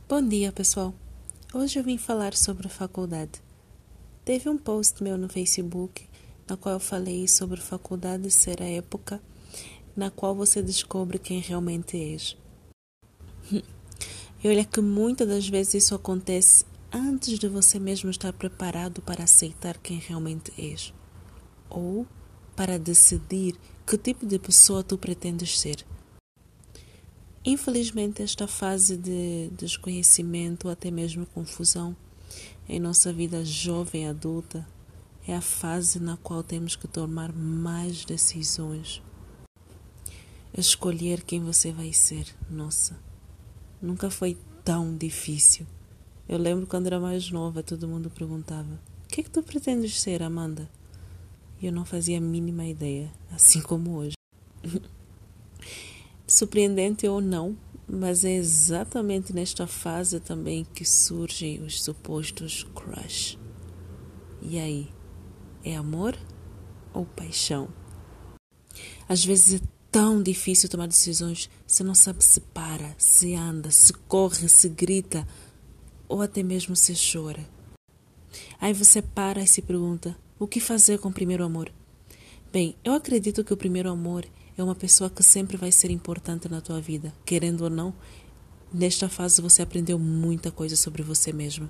Bom dia, pessoal. Hoje eu vim falar sobre a faculdade. Teve um post meu no Facebook, na qual eu falei sobre a faculdade ser a época na qual você descobre quem realmente és. E olha que muitas das vezes isso acontece antes de você mesmo estar preparado para aceitar quem realmente és. Ou para decidir que tipo de pessoa tu pretendes ser. Infelizmente, esta fase de desconhecimento, ou até mesmo confusão, em nossa vida jovem adulta, é a fase na qual temos que tomar mais decisões. Escolher quem você vai ser, nossa, nunca foi tão difícil. Eu lembro quando era mais nova, todo mundo perguntava: o que é que tu pretendes ser, Amanda? E eu não fazia a mínima ideia, assim como hoje. Surpreendente ou não, mas é exatamente nesta fase também que surgem os supostos crush. E aí, é amor ou paixão? Às vezes é tão difícil tomar decisões, você não sabe se para, se anda, se corre, se grita ou até mesmo se chora. Aí você para e se pergunta: o que fazer com o primeiro amor? Bem, eu acredito que o primeiro amor é uma pessoa que sempre vai ser importante na tua vida. Querendo ou não, nesta fase você aprendeu muita coisa sobre você mesmo.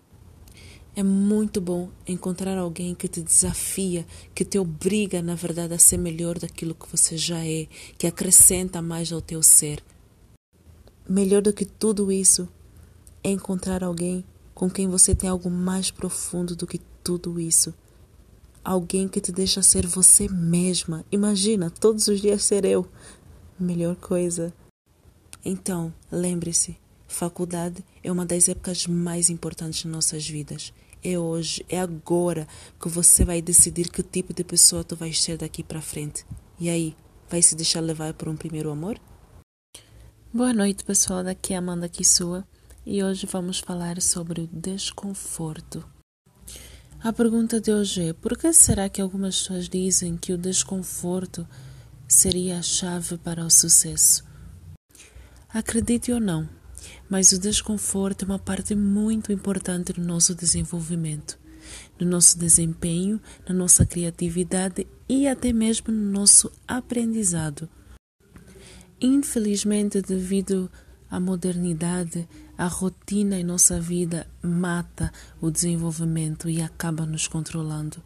É muito bom encontrar alguém que te desafia, que te obriga, na verdade, a ser melhor daquilo que você já é, que acrescenta mais ao teu ser. Melhor do que tudo isso é encontrar alguém com quem você tem algo mais profundo do que tudo isso. Alguém que te deixa ser você mesma. Imagina, todos os dias ser eu. Melhor coisa. Então, lembre-se, faculdade é uma das épocas mais importantes de nossas vidas. É hoje, é agora que você vai decidir que tipo de pessoa tu vais ser daqui para frente. E aí, vai se deixar levar por um primeiro amor? Boa noite, pessoal. Daqui é Amanda Kissua e hoje vamos falar sobre o desconforto. A pergunta de hoje é: por que será que algumas pessoas dizem que o desconforto seria a chave para o sucesso? Acredite ou não, mas o desconforto é uma parte muito importante do nosso desenvolvimento, do nosso desempenho, na nossa criatividade e até mesmo no nosso aprendizado. Infelizmente, devido à modernidade, a rotina em nossa vida mata o desenvolvimento e acaba nos controlando.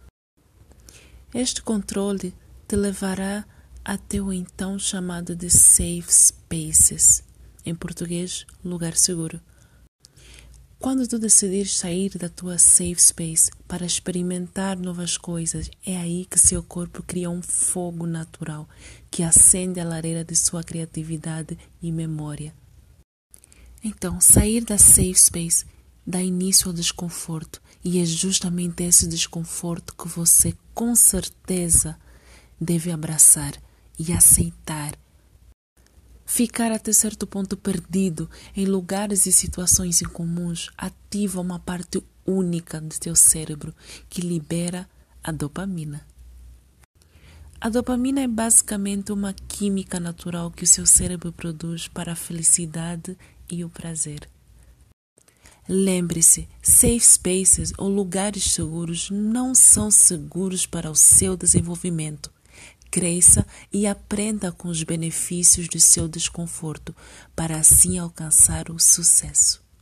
Este controle te levará até o então chamado de safe spaces, em português, lugar seguro. Quando tu decidires sair da tua safe space para experimentar novas coisas, é aí que seu corpo cria um fogo natural que acende a lareira de sua criatividade e memória. Então, sair da safe space dá início ao desconforto, e é justamente esse desconforto que você, com certeza, deve abraçar e aceitar. Ficar até certo ponto perdido em lugares e situações incomuns ativa uma parte única do teu cérebro que libera a dopamina. A dopamina é basicamente uma química natural que o seu cérebro produz para a felicidade e o prazer. Lembre-se, safe spaces ou lugares seguros não são seguros para o seu desenvolvimento. Cresça e aprenda com os benefícios do seu desconforto para assim alcançar o sucesso.